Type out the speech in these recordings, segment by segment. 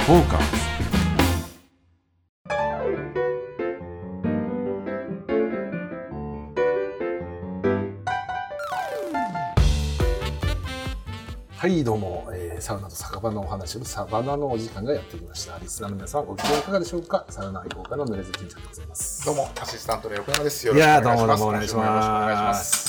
フォーカス。はいどうも、サウナと酒場のお話をするサバナのお時間がやってきました。リスナーの皆さんご機嫌いかがでしょうか。サウナ愛好家のぬれずきんちゃんでございます。 どうもアシスタントの横山です。よろしくお願いします。 どうもお願いします。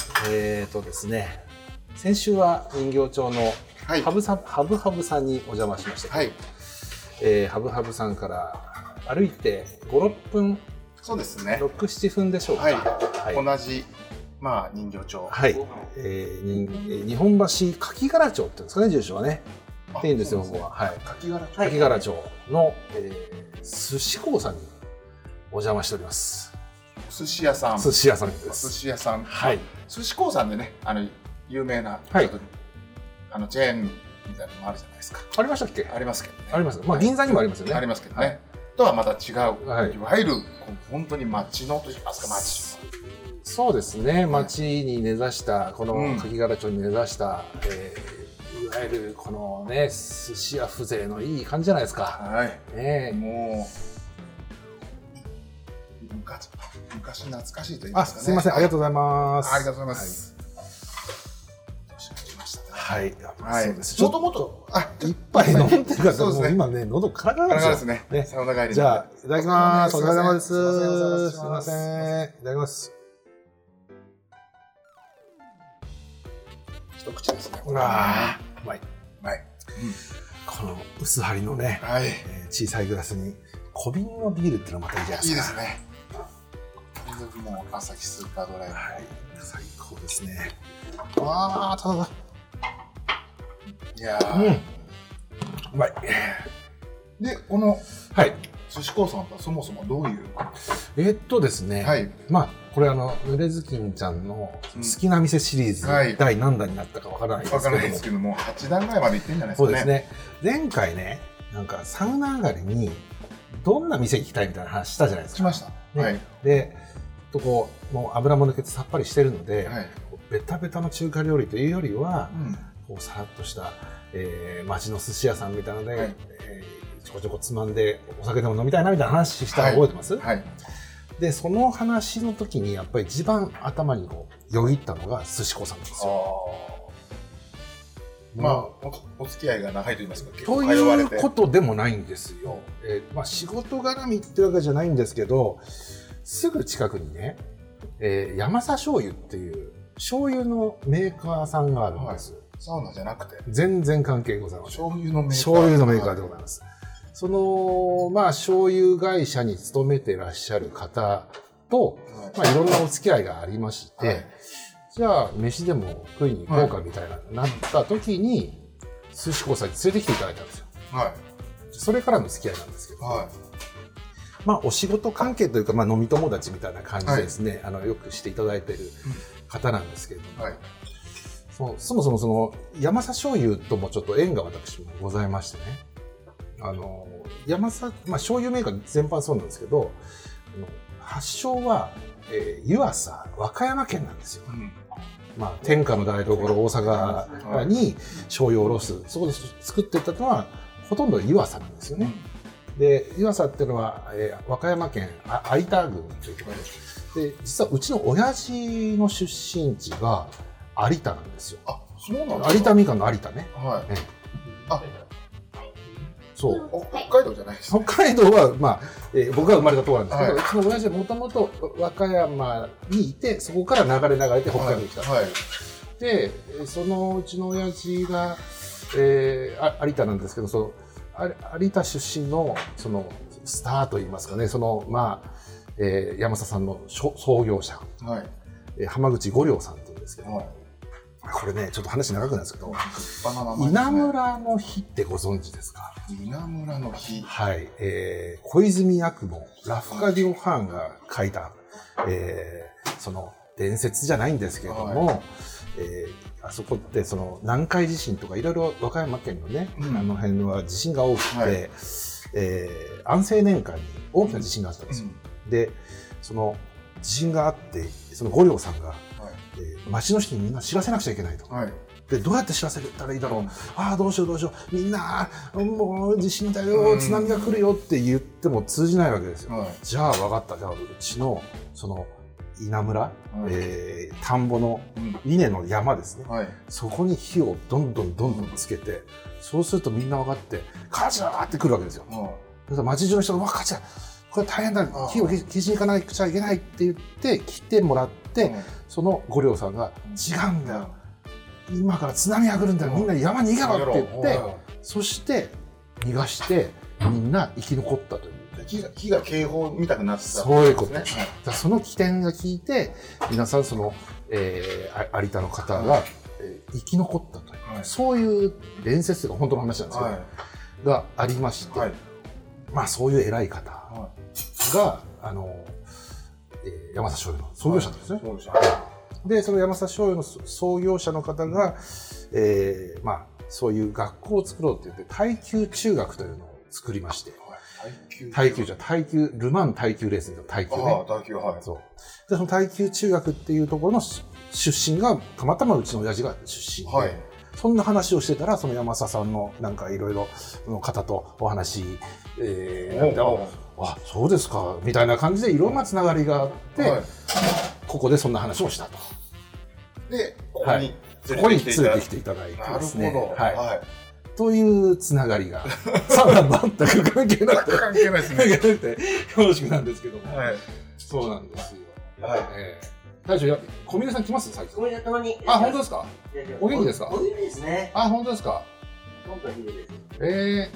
ですね、先週は人形町のハブハブさんにお邪魔しました。はい。ハブハブさんから歩いて5、6分、 そうですね。 6、7分でしょうか。 はい。はい、同じ人形町。 はい。日本橋柿柄町って言うんですかね、住所はね。っていうんですよ、ここは。はい。柿柄町の寿司港さんにお邪魔しております。 寿司屋さん。 寿司屋さんです。 寿司屋さん。 はい。 寿司港さんでね、有名なはい。 チェーンみたいなのもあるじゃないですか。 ありましたっけ？ ありますけどね。 あります。銀座にもありますよね。 ありますけどね。とはまた違う。いわゆる本当に町のと言いますか、町。 そうですね。町に根ざしたこの柿柄町に根ざした、いわゆるこのね寿司屋風情のいい感じじゃないですか。 はい。もう昔懐かしいと言いますかね。 すみません、ありがとうございます。 ありがとうございます。 はい、 そうです。もともと一杯飲んでるから、そうですね。今ね喉カラカラですね。サウナ帰り。 じゃあいただきます。お疲れ様です。すみません。いただきます。 一口ですね。 うまい。 はい。 この薄張りのね、小さいグラスに小瓶のビールっていうのがまたいいじゃないですか。 いいですね。もう朝日スーパードライ。 最高ですね。 いやうまい。 で、この寿司港さんとはそもそもどういう？ ですね。これぬれずきんちゃんの好きな店シリーズ第何弾になったかわからないですけども、 8弾ぐらいまでいってんじゃないですかね。 そうですね。前回ね、なんかサウナ上がりにどんな店行きたいみたいな話したじゃないですか。 しました。 で、もう油も抜けてさっぱりしてるので、ベタベタの中華料理というよりは、さらっとした町の寿司屋さんみたいなので、ちょこちょこつまんでお酒でも飲みたいなみたいな話したの覚えてます？でその話の時にやっぱり一番頭によぎったのが寿司子さんなんですよ。 お付き合いが長いと言いますか、 ということでもないんですよ。仕事絡みってわけじゃないんですけど、すぐ近くにね、山佐醤油っていう醤油のメーカーさんがあるんです。 サウナじゃなくて全然関係ございません。 醤油のメーカーでございます。その醤油会社に勤めてらっしゃる方と、いろんなお付き合いがありまして、じゃあ飯でも食いに行こうかみたいなった時に寿司子さんに連れてきていただいたんですよ。それからの付き合いなんですけど、お仕事関係というか、飲み友達みたいな感じでですね、よくしていただいている方なんですけれども、そもそもその山佐醤油ともちょっと縁が私もございましてね、山佐、醤油メーカー全般そうなんですけど、発祥は、湯浅和歌山県なんですよ。天下の台所大阪に醤油を卸す、そこで作っていったのはほとんど湯浅なんですよね。で湯浅っていうのは、和歌山県有田郡というところで、実はうちの親父の出身地が有田なんですよ。 そうなんですか。 有田みかんの有田ね。そう。 北海道じゃないですね。 北海道は僕が生まれたところなんですけど、うちの親父はもともと和歌山にいて、そこから流れて北海道に来た。で、そのうちの親父が、有田なんですけど、その有田出身のそのスターといいますかね、その山佐さんの創業者、浜口五良さんっていうんですけど、これねちょっと話長くなるんですけど、稲むらの火ってご存知ですか？ 稲むらの火。 小泉八雲ラフカディオ・ハーンが書いた、その伝説じゃないんですけれども、あそこってその南海地震とかいろいろ和歌山県のね、あの辺は地震が多くて、安政年間に大きな地震があったんですよ。でその地震があって、その五良さんが、町の人にみんな知らせなくちゃいけないと。 でどうやって知らせたらいいだろう、ああどうしようみんなもう地震だよ、津波が来るよって言っても通じないわけですよ。じゃあ分かった、じゃあうちのその稲むら、田んぼの稲の山ですね、そこに火をどんどんつけて、そうするとみんな分かって火事だって来るわけですよ。町中の人が「わ火事だ、これ大変だ、火を消しに行かなくちゃいけない」って言って来てもらって、その御寮さんが「違うんだよ、今から津波が来るんだよ、みんな山に逃げろ」って言って、そして逃がしてみんな生き残ったという。 火が警報見たくなった、 そういうことです。その起点が聞いて皆さんその、有田の方が、生き残ったという、そういう伝説が本当の話なんですけど、がありまして、まあそういう偉い方が、山佐醤油の創業者ですね。でその山佐醤油の創業者の方が、まあそういう学校を作ろうって言って耐久中学というのを作りまして。耐久ルマン耐久レースの耐久ね。そう。でその耐久中学っていうところの出身がたまたまうちの親父が出身で、そんな話をしてたらその山佐さんのなんかいろいろの方とお話、あそうですかみたいな感じでいろんなつながりがあって、ここでそんな話をしたと。 でここに連れてきていただいてですね。というつながりがさあ全く関係なくて関係ないですね。 よろしくなんですけども、そうなんですよ。大将小峰さん来ます最近。 小峰たまに。 あ本当ですか。お元気ですか。 お元気ですね。 あ本当ですか。 本当です。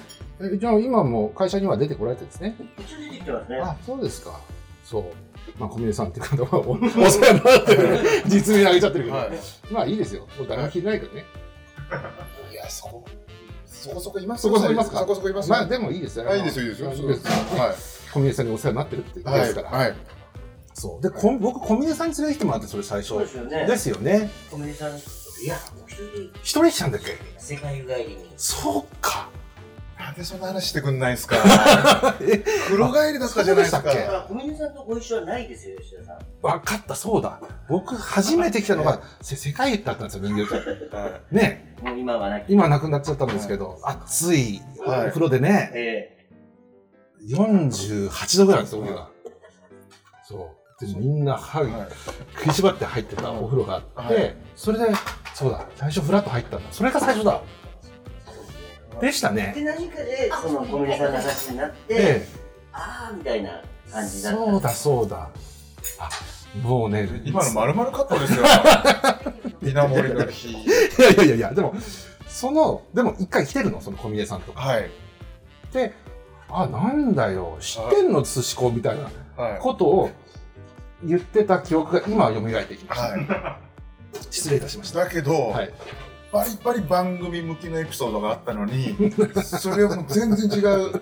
じゃあ今も会社には出てこられてるんですね。 一応出てきてますね。 あそうですか。そう。まあ小峰さんっていう方はお世話になってる実名あげちゃってるけど、まあいいですよ。もう誰も聞いてないからね。 いやそこそこいます。 そこそこいますか。 そこそこいます。 まあでもいいですよ。 いいですよいいですよ。 小峰さんにお世話になってるって言うんですから。そうで僕小峰さんに連れてきてもらってそれ最初ですよね。 小峰さんいや一人来たんだっけ。 世界帰りに。 そうか。 なんでそんな話してくんないんですか。風呂帰りだったじゃないですか。 小峰さんとご一緒はないですよ吉田さん。 分かったそうだ。僕初めて来たのが世界だったんですよ人形町。ね。 もう今は今なくなっちゃったんですけど、暑いお風呂でね。48度ぐらいですよお風呂が。そう。でみんな歯食いしばって入ってたお風呂があって、それでそうだ最初フラッと入ったんだ。それが最初だ。でしたね。 で何かでその小峰さんの話になって、ああみたいな感じだった。 そうだ。あもうね今の丸々カットですよ。稲盛りの日。 いやでもでも一回来てるのその小峰さんとか。でなんだよ知ってんの寿司子みたいなことを言ってた記憶が今蘇ってきました。失礼いたしました。 だけど。バリバリ番組向きのエピソードがあったのにそれをもう全然違う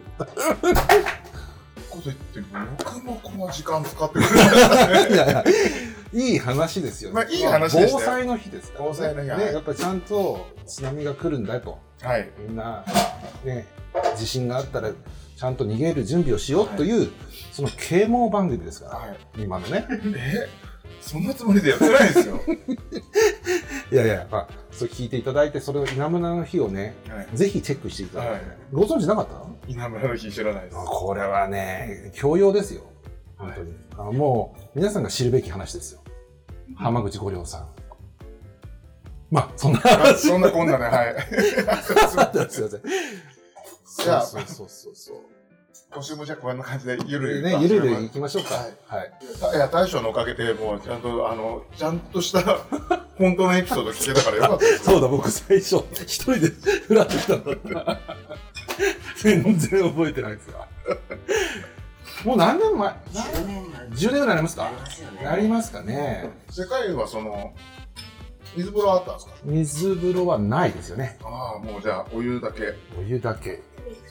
こと言って僕もこの時間使ってくる。 いやいい話ですよね。 まあいい話でしたよ。 防災の日ですからね。 防災の日ねやっぱりちゃんと津波が来るんだと。みんなね地震があったらちゃんと逃げる準備をしようというその啓蒙番組ですから今のね。 そんなつもりでやってないですよ。 いやまあそれ聞いていただいてそれを稲むらの日をね、ぜひチェックしていただいて、ご存知なかった？ 稲むらの日知らないです。 これはね教養ですよ本当に。もう皆さんが知るべき話ですよ。浜口五稜さん。まあそんなそんなこんなねすいません。 じゃあそう。 今週もじゃあこんな感じでゆるゆるいきましょうか。 いや大将のおかげでもうちゃんとした本当のエピソード聞けたからよかったです。 そうだ僕最初一人でフラッと来たんだった。全然覚えてないですが。もう何年前？10年ぐらいになりますか？なりますかね。 世界はその水風呂あったんですか？ 水風呂はないですよね。 もうじゃあお湯だけ。 お湯だけ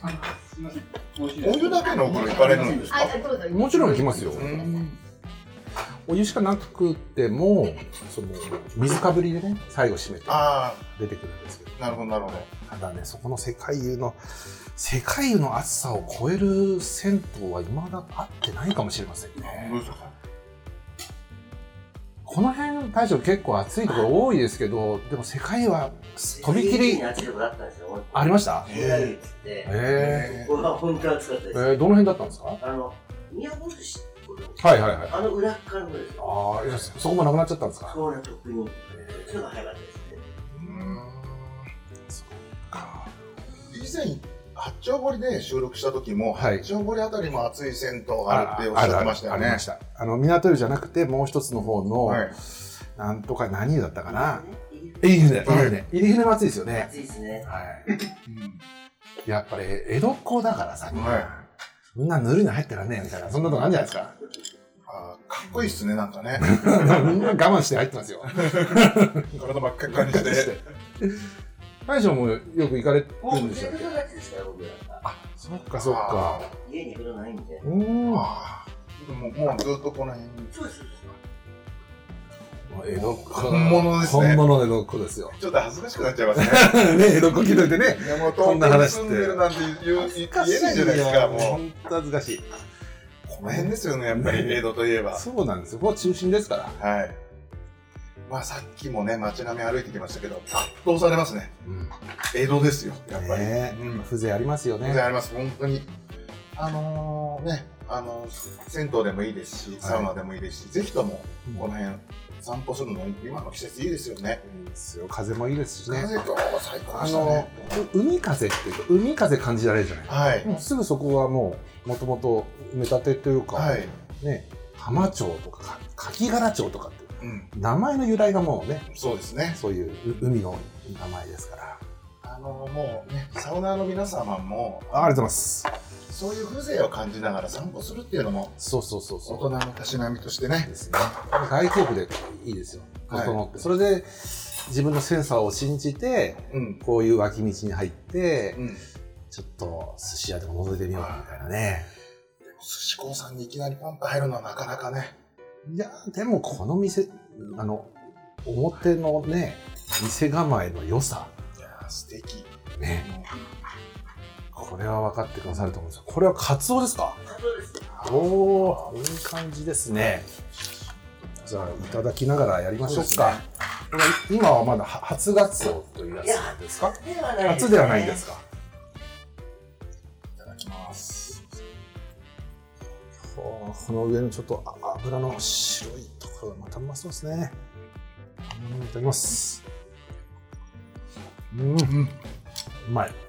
のお風呂行かれるんですか？ もちろん行きますよ。お湯しかなくてもその水かぶりでね最後締めて出てくるんですけど。 なるほど。 ただねそこの世界湯の暑さを超える銭湯は未だあってないかもしれませんね。 どうですか？ この辺大将結構暑いところ多いですけど、でも世界はとびきり暑いところあったんですよ。 ありました。 ここは本当暑かったです。 どの辺だったんですか？ 宮古寿司。 はいはいはい。 裏っ側の方ですよ。 ああ、そこもなくなっちゃったんですか？ そうね、特に。それが早かったですね。 そうか。 以前八丁堀で収録した時も、八丁堀あたりも暑い銭湯があるっておっしゃってましたよね。 ありました。港湯じゃなくてもう一つの方の、なんとか何湯だったかな。入船も暑いですよね。 暑いですね。 はい。やっぱり江戸っ子だからさ、みんなぬるいの入ってらんねえみたいな、そんなとこあるんじゃないですか。 かっこいいっすね、なんかね。 みんな我慢して入ってますよ。 体ばっかり感じて。 大将もよく行かれてるんでしょ？あ、そっかそっか。 家に風呂ないんで。 もうずっとこの辺に。 そうです。 江戸っ子。 本物ですね。 本物の江戸っ子ですよ。 ちょっと恥ずかしくなっちゃいますね。 江戸っ子聞いといてね。こんな話って。 住んでるなんて言えないじゃないですか、もう。 本当恥ずかしい。 この辺ですよね、やっぱり江戸といえば。 そうなんですよ。ここ中心ですから。 はい。まあさっきもね、街並み歩いてきましたけど、圧倒されますね。江戸ですよ、やっぱり。 風情ありますよね。 風情あります、本当に。銭湯でもいいですし、サウナでもいいですし、ぜひともこの辺散歩するの今の季節いいですよね。 いいですよ。風もいいですしね。 風と最高でしたね。 海風っていうか海風感じられるじゃない。 はい。 もうすぐそこはもともと埋め立てというか、ね、浜町とか柿殻町とかって名前の由来がもうね、 そうですね。 そういう海の名前ですから。 もうね、サウナーの皆様もありがとうございます。 そういう風情を感じながら散歩するっていうのも、大人のたしなみとしてね。ですね。 外気浴でいいですよ。整って、それで自分のセンサーを信じて、こういう脇道に入って、ちょっと寿司屋でも覗いてみようみたいなね。 でも寿司工さんにいきなりポンと入るのはなかなかね。 いやでもこの店表のね店構えの良さ、 いや素敵ね。これは分かってくださると思うんですよ。これはカツオですか？ カツオです。 おお、いい感じですね。じゃあいただきながらやりましょうか。今はまだ初ガツオというやつですか？初ではないんですか？ いただきます。 この上のちょっと油の白いところがまたうまそうですね。いただきます。うまい。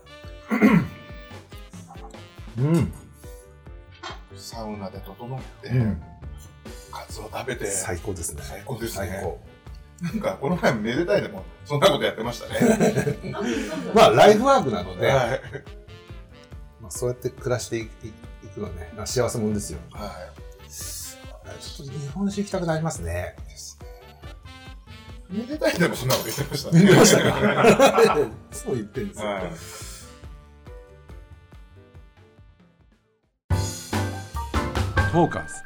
サウナで整って、カツオ食べて最高ですね。 最高ですね。なんかこの前もめでたいでもそんなことやってましたね。 まあライフワークなので、まあそうやって暮らしていくのはね、幸せもんですよ。はい。ちょっと日本酒行きたくなりますね。 めでたいでもそんなこと言ってましたね。 言ってましたか？そう言ってるんですよ。トーカーズ。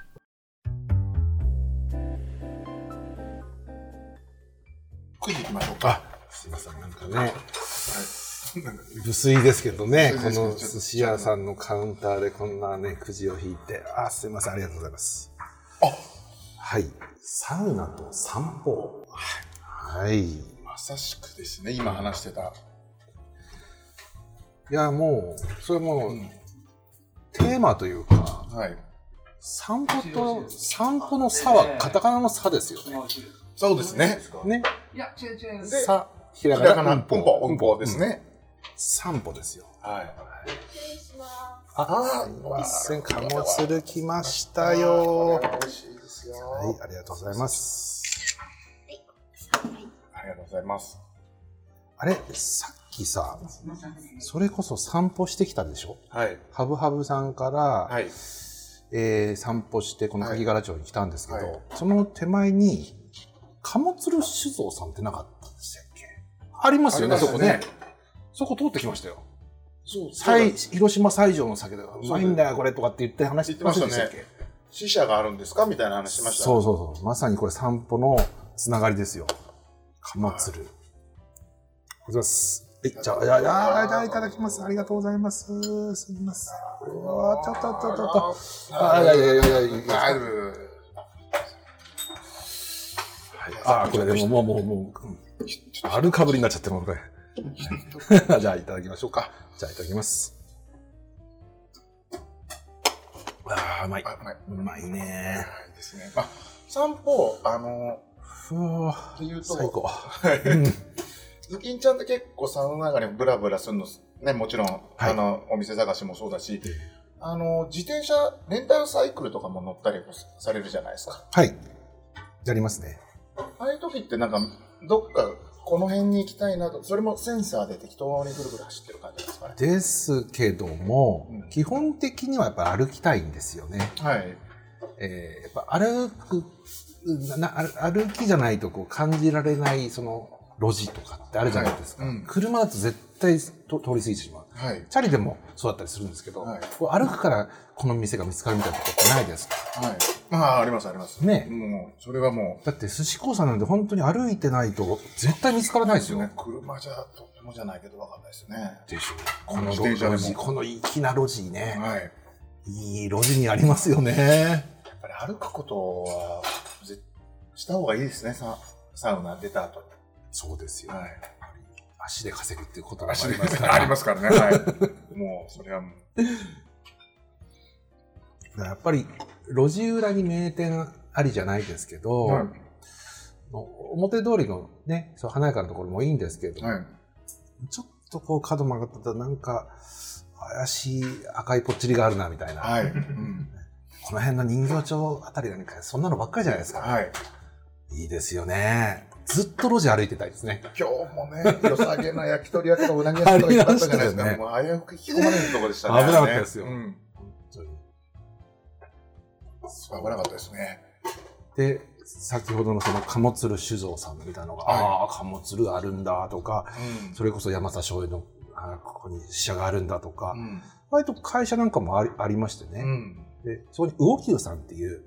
クイズいきましょうか。 すいません、なんかね、無粋ですけどね、この寿司屋さんのカウンターでこんなね、くじを引いて、すいません、ありがとうございます。はい、サウナと散歩。はい。 まさしくですね、今話してた。 いや、もう、それもう、テーマというか、散歩の差はカタカナの差ですよね。 そうですね。 ね。 いや、違う。 さ、ひらがな、ポンポ、うんぽですね。 散歩ですよ。 失礼します。 すいません、貨物る来ましたよ。 美味しいですよ。 はい、ありがとうございます。 ありがとうございます。 あれ、さっきさ、それこそ散歩してきたでしょ？ はい。 ハブハブさんから、散歩してこの柿殻町に来たんですけど、その手前に貨物る酒造さんってなかったんでしたっけ？ありますよね、そこね。そこ通ってきましたよ。広島西条の酒でうまいんだよこれとかって言って話してましたね。 支社があるんですかみたいな話しました。 そう、まさにこれ散歩のつながりですよ。貨物る。ございます。じゃあいただきます。ありがとうございます。すみません。ちょっと。 はい。 ああ、これでももう、丸かぶりになっちゃってるもん、これ。じゃあ、いただきましょうか。じゃあ、いただきます。ああ、うまい。うまいね。 いいですね。まあ、散歩、 ふわっていうと、 最高。 ズキンちゃんって結構サウナ街にブラブラするのね、もちろん、お店探しもそうだし、自転車、レンタルサイクルとかも乗ったりもされるじゃないですか。 はい。やりますね。 ああいう時ってなんか、どっかこの辺に行きたいなと、それもセンサーで適当にぐるぐる走ってる感じですかね。 ですけども、基本的にはやっぱ歩きたいんですよね。 はい。 やっぱ歩きじゃないとこう感じられないその路地とかってあるじゃないですか。車だと絶対通り過ぎてしまう。はい、チャリでもそうだったりするんですけど、こう歩くからこの店が見つかるみたいなことってないですか？ はい。まあ、ありますあります。 ね。 もう、それはもう。 だって寿司講座なんで本当に歩いてないと絶対見つからないですよ。 ね、車じゃとてもじゃないけど分かんないですよね。 でしょ。この路地、この粋な路地ね。 はい。 いい路地にありますよね。 やっぱり歩くことはした方がいいですね、サウナ出た後に。 そうですよ。はい。足で稼ぐっていうことがありますから。ありますからね。はい。もう、それはもう。やっぱり、路地裏に名店ありじゃないですけど、はい、表通りのね、そう華やかなところもいいんですけど、はい、ちょっとこう角曲がったらなんか、怪しい赤いぽっちりがあるな、みたいな。はい。この辺の人形町あたりなんか、そんなのばっかりじゃないですか。はい。いいですよね。ずっと路地歩いてたいですね。 今日もね、良さげな焼き鳥屋とかうなぎ屋とか行ったじゃないですか。もう危うく引き込まれるところでしたね。 危なかったですよ。 本当に。危なかったですね。 で、先ほどのその鴨鶴酒造さんみたいなのが、ああ、鴨鶴あるんだとか、それこそ山田醤油のここに支社があるんだとか、割と会社なんかもありましてね。で、そこに魚久さんっていう、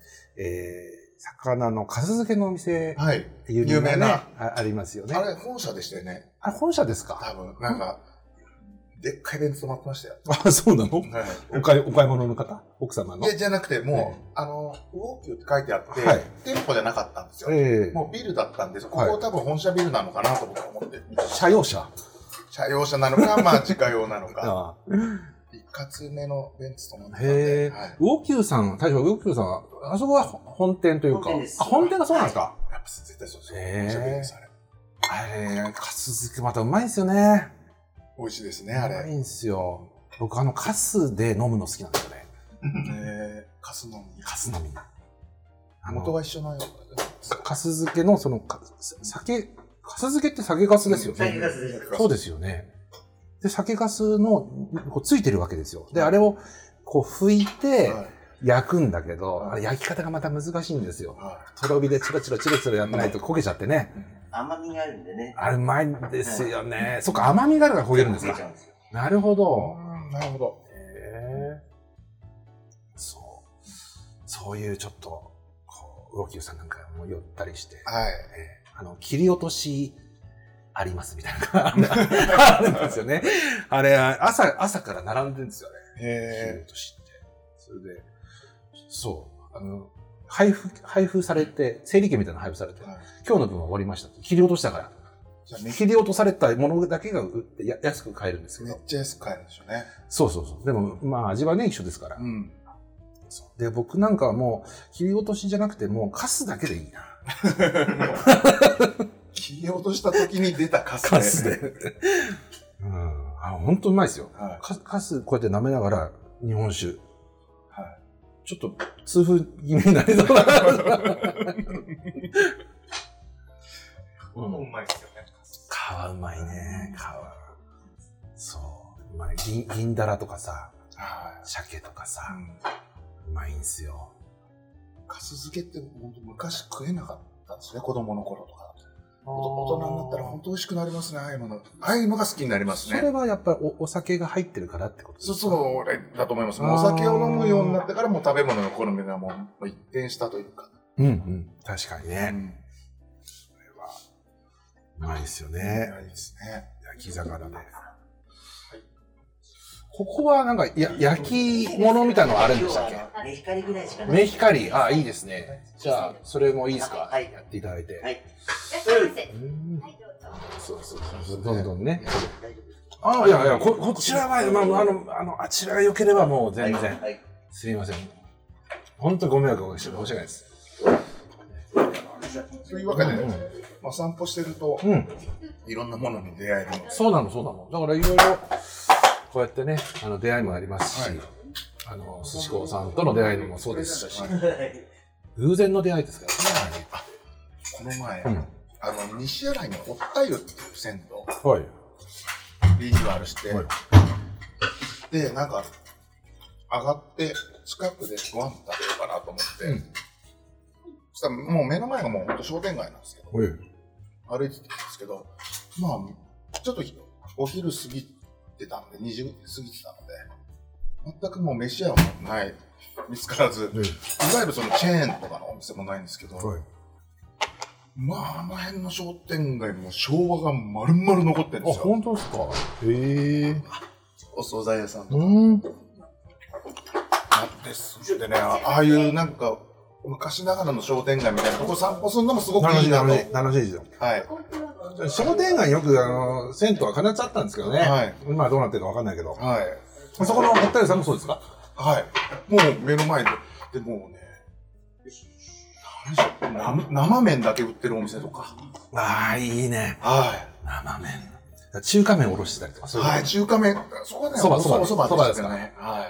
魚の粕漬けのお店、 はい、 有名なありますよね。 あれ本社でしたよね。 あれ本社ですか？ 多分なんかでっかいイベント止まってましたよ。 あ、そうなの？はい、お買い物の方？奥様の？ じゃなくてもう魚久って書いてあって、はい、店舗じゃなかったんですよ。もうビルだったんです。ここ多分本社ビルなのかなと思って。 社用車なのか、まあ自家用なのか。一括目のベンツと思ってたんで。 魚久さん、大将魚久さんは、あそこは本店というか。本店がそうなんですか？ やっぱ絶対そうです。 あれ、かす漬けまたうまいんですよね。 美味しいですね、あれ。 うまいんですよ。僕かすで飲むの好きなんですよね。かす飲み。 かす飲み。 元が一緒なよ。 かす漬けのその、かす漬けって酒粕ですよね。 酒粕です。 そうですよね。で、酒粕の、こうついてるわけですよ。で、あれを、こう拭いて、焼くんだけど、焼き方がまた難しいんですよ。とろ火でチロチロやらないと焦げちゃってね。 甘みがあるんでね。 あれうまいんですよね。そっか、甘みがあるから焦げるんですか。なるほど。 なるほど。 そういうちょっと、魚久さんなんかも寄ったりして、 はい。 切り落としありますみたいなのがあるんですよね。あれ、朝から並んでるんですよね。切り落としって。それで、そう、配布されて、整理券みたいなの配布されて、今日の分は終わりましたって。切り落としたから。切り落とされたものだけが売って安く買えるんですけど。 めっちゃ安く買えるんでしょうね。 そう。でも、まあ味はね、一緒ですから。で、僕なんかはもう、切り落としじゃなくて、もう、カスだけでいいな。 切り落とした時に出たカスで。 カスで。本当うまいですよ。カス、こうやって舐めながら、日本酒。ちょっと、痛風気味になりそうな。 うまいですよね。 皮うまいね。そう。うまい。銀だらとかさ、鮭とかさ、うまいんすよ。 かす漬けって本当昔食えなかったんですね、子供の頃とか。大人になったら本当美味しくなりますね、ああいうのが好きになりますね。 それはやっぱりお酒が入ってるからってことですか？ そうだと思います。お酒を飲むようになってからもう食べ物の好みがもう一変したというか。 確かにね。それは、うまいですよね。 うまいですね。 焼き魚で。 ここはなんか焼き物みたいなのがあるんでしたっけ？ 目光ぐらいしかない。 目光、あ、いいですね。じゃあ、それもいいですか？ はい。 やっていただいて。 はい。 そう、どんどんね。あ、いや、こちらは、あちらが良ければもう全然。すいません。本当にご迷惑を申し訳ないです。 そういうわけで、散歩してると、いろんなものに出会えるの。 そうなの。だからいろいろ、こうやってね、出会いもありますし、寿司子さんとの出会いもそうですし、偶然の出会いですからね。 この前、西新井のおったゆっていう銭湯、 はい。 リニューアルして、で、なんか、上がって近くでご飯食べようかなと思って、そしたらもう目の前がもうほんと商店街なんですけど、歩いてたんですけど、まあ、ちょっとお昼過ぎてたんで、2時過ぎてたので、全くもう飯屋もない、見つからず、いわゆるそのチェーンとかのお店もないんですけど、まあ、あの辺の商店街も昭和が丸々残ってるんですよ。 あ、本当ですか？へえ。 お惣菜屋さんとか。ですでね、ああいうなんか昔ながらの商店街みたいなとこ散歩するのもすごくいいなと。 楽しいですよ。 はい。 商店街によく銭湯は必ずあったんですけどね。はい。今はどうなってるかわかんないけど。はい。そこのおったりさんもそうですか？ はい。もう目の前で。でもうね、生麺だけ売ってるお店とか。 ああ、いいね。 はい。 生麺。中華麺おろしてたりとか。 はい、中華麺。そこはね、そばですかね。はい。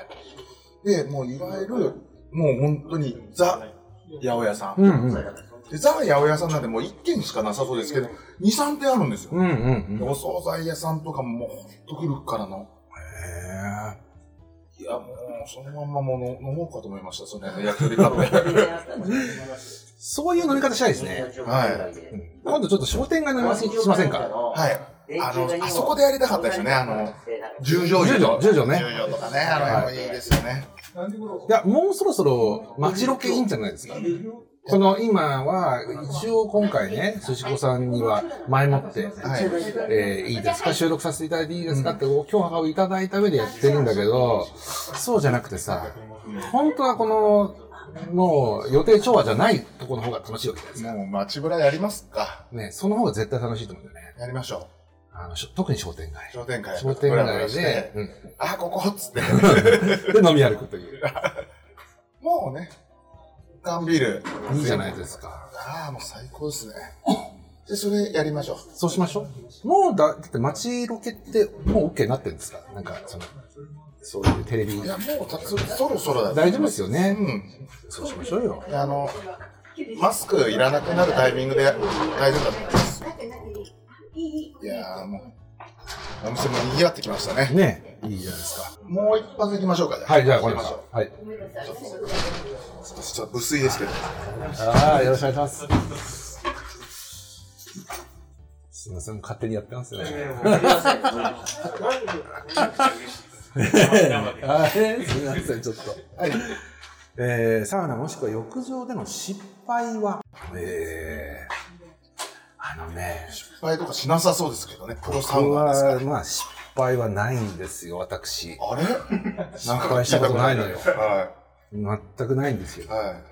で、もういわゆる、もう本当にザ・八百屋さん。でザ・八百屋さんなんてもう1軒しかなさそうですけど、2、3店あるんですよ。お惣菜屋さんとかももうほんと古くからの。へー。いや、もうそのまんまもう飲もうかと思いました、その焼き鳥カップ。 そういう飲み方したいですね。はい。今度ちょっと商店街飲みますしませんか？はい。あそこでやりたかったですよね。十条ね。十条とかね。いいですよね。 いや、もうそろそろ街ロケいいんじゃないですか？この今は、一応今回ね、寿司子さんには前もって、いいですか？収録させていただいていいですか？ってお許可をいただいた上でやってるんだけど、そうじゃなくてさ、本当はこの、もう予定調和じゃないところの方が楽しいわけですか。 もう街ブラやりますか。 ね、その方が絶対楽しいと思うんだよね。 やりましょう。 特に商店街。 商店街で、 あ、ここっつって。 で、飲み歩くという。 もうね、缶ビール。 いいじゃないですか。 ああ、もう最高ですね。で、それやりましょう。 そうしましょう。もうだって街ロケってもう OK になってるんですか？なんか、そういうテレビ。いや、もうそろそろだ。 大丈夫ですよね。そうしましょうよ。 マスクいらなくなるタイミングで大丈夫だと思います。いやーもう、お店も賑わってきましたね。 ね、いいじゃないですか。 もう一発行きましょうか。 はい、じゃあ、行きましょう。はい。 ちょっと無粋ですけど。 ああ、よろしくお願いします。すみません、勝手にやってますね。すみません、ちょっと。はい。サウナもしくは浴場での失敗は、 失敗とかしなさそうですけどね、プロサウナですから。 まあ、失敗はないんですよ、私。 あれ失敗したことないのよ。全くないんですよ。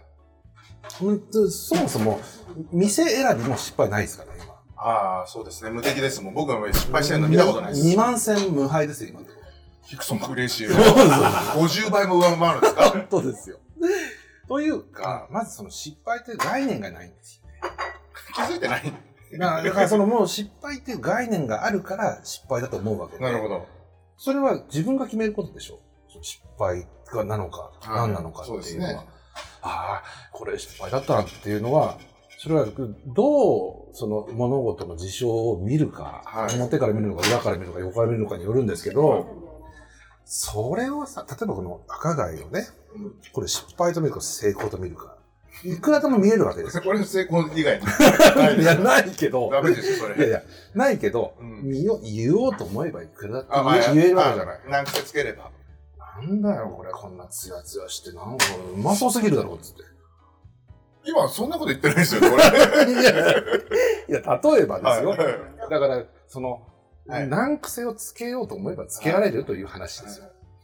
そもそも、店選びも失敗ないですからね、今。 ああ、そうですね、無敵ですもん。僕は失敗してるの見たことないです。 2万戦無敗ですよ、今のところ。 ヒクソン・クレイシー50倍も上回るんですか？ 本当ですよ。というか、まずその失敗という概念がないんですよね。 気づいてない？ だからもう失敗っていう概念があるから失敗だと思うわけで。 なるほど。 それは自分が決めることでしょ。失敗がなのか、何なのかっていうのは。ああ、これ失敗だったなっていうのは、それはどうその物事の事象を見るか、表から見るのか、裏から見るのか、横から見るのかによるんですけど、それをさ、例えばこの赤貝をね、これ失敗と見るか成功と見るか、いくらでも見えるわけですよ。 これ成功以外いや、ないけど。 ダメですよ、それ。 いやいや、ないけど、言おうと思えばいくらだって言えるわけじゃない。 何癖つければ。 なんだよ、これ、こんなツヤツヤして、なんか、うまそうすぎるだろ、つって。 今、そんなこと言ってないですよ、これ。 いや、例えばですよ。だから、何癖をつけようと思えばつけられるという話ですよ。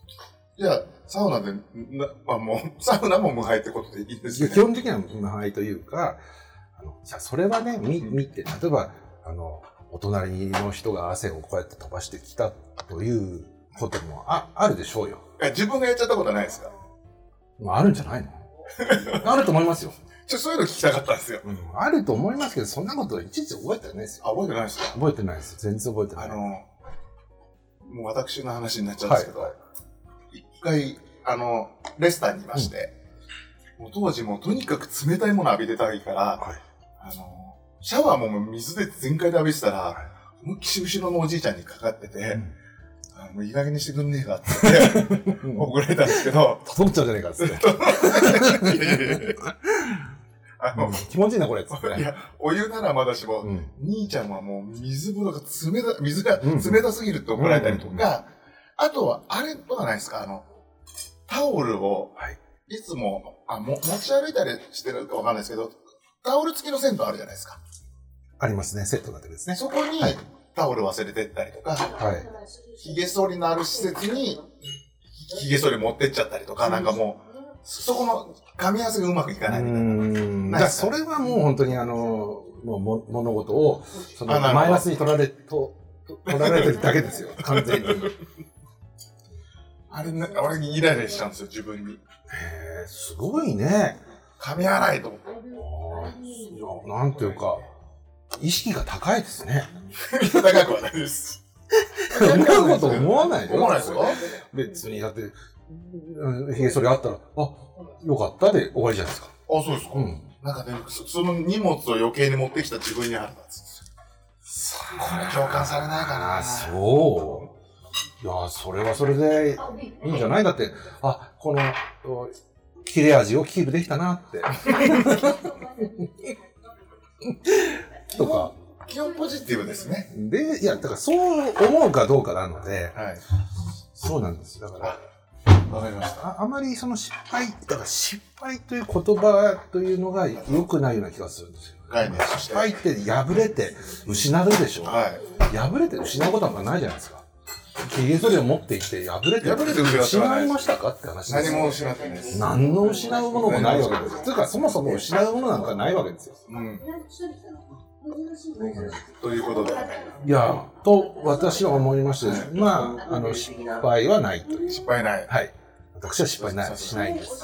じゃあ、サウナで、もう、サウナも無敗ってことでいいですね。 基本的には無敗というか、じゃあそれはね、見て、例えば、お隣の人が汗をこうやって飛ばしてきたということもあるでしょうよ。 自分がやっちゃったことはないですか？ あるんじゃないの？あると思いますよ。 そういうの聞きたかったんですよ。 あると思いますけど、そんなこといちいち覚えてないですよ。 覚えてないですか？ 覚えてないです。全然覚えてない。 もう私の話になっちゃうんですけど、一回、レスターにいまして、もう当時もうとにかく冷たいもの浴びてたいから、シャワーも水で全開で浴びてたら、思いっきし後ろのおじいちゃんにかかってて、もういい加減にしてくんねえかって言って、怒られたんですけど、 整っちゃうじゃねえかっつって。気持ちいいなこれっつって。 いや、お湯ならまだしも、兄ちゃんはもう水風呂が水が冷たすぎるって怒られたりとか、あとは、あれとかないですか、タオルを、いつも、持ち歩いたりしてるかわかんないですけど、タオル付きの銭湯あるじゃないですか。 ありますね、セットになってるんですね。 そこに、タオル忘れてったりとか、髭剃りのある施設に、髭剃り持ってっちゃったりとか、なんかもう、そこの噛み合わせがうまくいかないみたいな。 じゃあ、それはもう本当にもう物事を、マイナスに取られてるだけですよ、完全に。 俺にイライラしちゃうんですよ、自分に。 すごいね。 噛み合わないと思って。 なんていうか、意識が高いですね。 高くはないです。 そんなこと思わないで。 思わないですよ。 別に、だって、髭剃りあったら、よかったで終わりじゃないですか。 そうですか。なんかね、その荷物を余計に持ってきた自分に腹立つ。これ共感されないかな。 そう。いや、それはそれでいいんじゃない？だって、この、切れ味をキープできたなって。とか。 基本ポジティブですね。 で、いや、だからそう思うかどうかなので、そうなんですよ。だから、 わかりました。 あまりその失敗という言葉というのが良くないような気がするんですよ。失敗って破れて失うでしょ。破れて失うことなんかないじゃないですか。髭剃りを持っていて破れて失いましたかって話です。 何も失ってないです。 何の失うものもないわけですよ。というかそもそも失うものなんかないわけですよ。 ということで。 いや、と私は思いまして、失敗はないという。 失敗ない。 はい。私は失敗しないんです。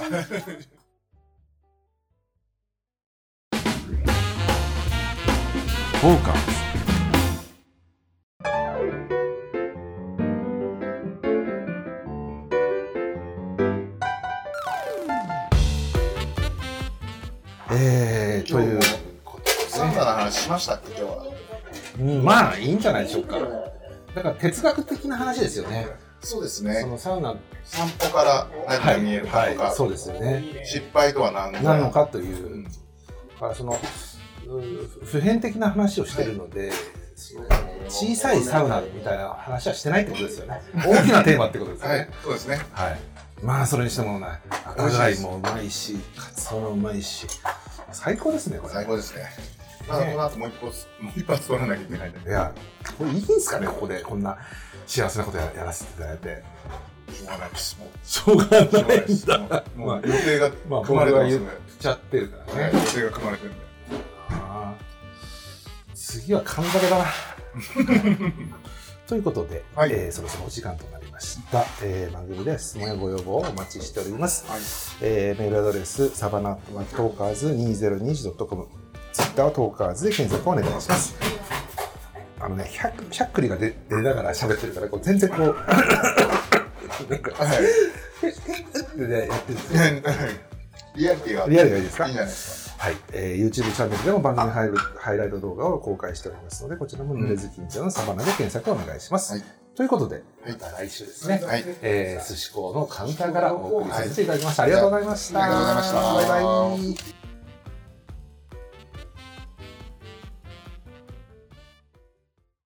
フォーカス。ということですね。 サウナの話しましたっけ、今日は。 まあ、いいんじゃないでしょうか。だから哲学的な話ですよね。 そうですね。 そのサウナ散歩から何が見えるかとか、 そうですよね。 失敗とは何なのかという、その普遍的な話をしているので、小さいサウナみたいな話はしてないってことですよね。大きなテーマってことですよね。 そうですね。 はい。まあそれにしても赤貝もうまいし、カツオもうまいし、最高ですねこれ。 最高ですね。この後もう一発取らなきゃいけないんで。 いや、これいいんですかね、ここでこんな幸せなことやらせていただいて。 しょうがないです。 しょうがないんだ。 もう予定が組まれてますね。言っちゃってるからね。 予定が組まれてるんで。 次は缶酒だな。ということで、そろそろお時間となりました。番組では質問やご要望をお待ちしております。メールアドレスサバナトーカーズ 2020.com、ツイッターはトーカーズで検索をお願いします。しゃっくりが出ながら喋ってるから、全然こうなんかやってる。 リアリティがいいですか？ いいんじゃないですか。 はい、YouTube チャンネルでも番組ハイライト動画を公開しておりますので、こちらも濡れずきんちゃんのサバナで検索をお願いします。ということで、また来週ですね、寿司港のカウンターからお送りさせていただきました。ありがとうございました。 ありがとうございました。 バイバイ。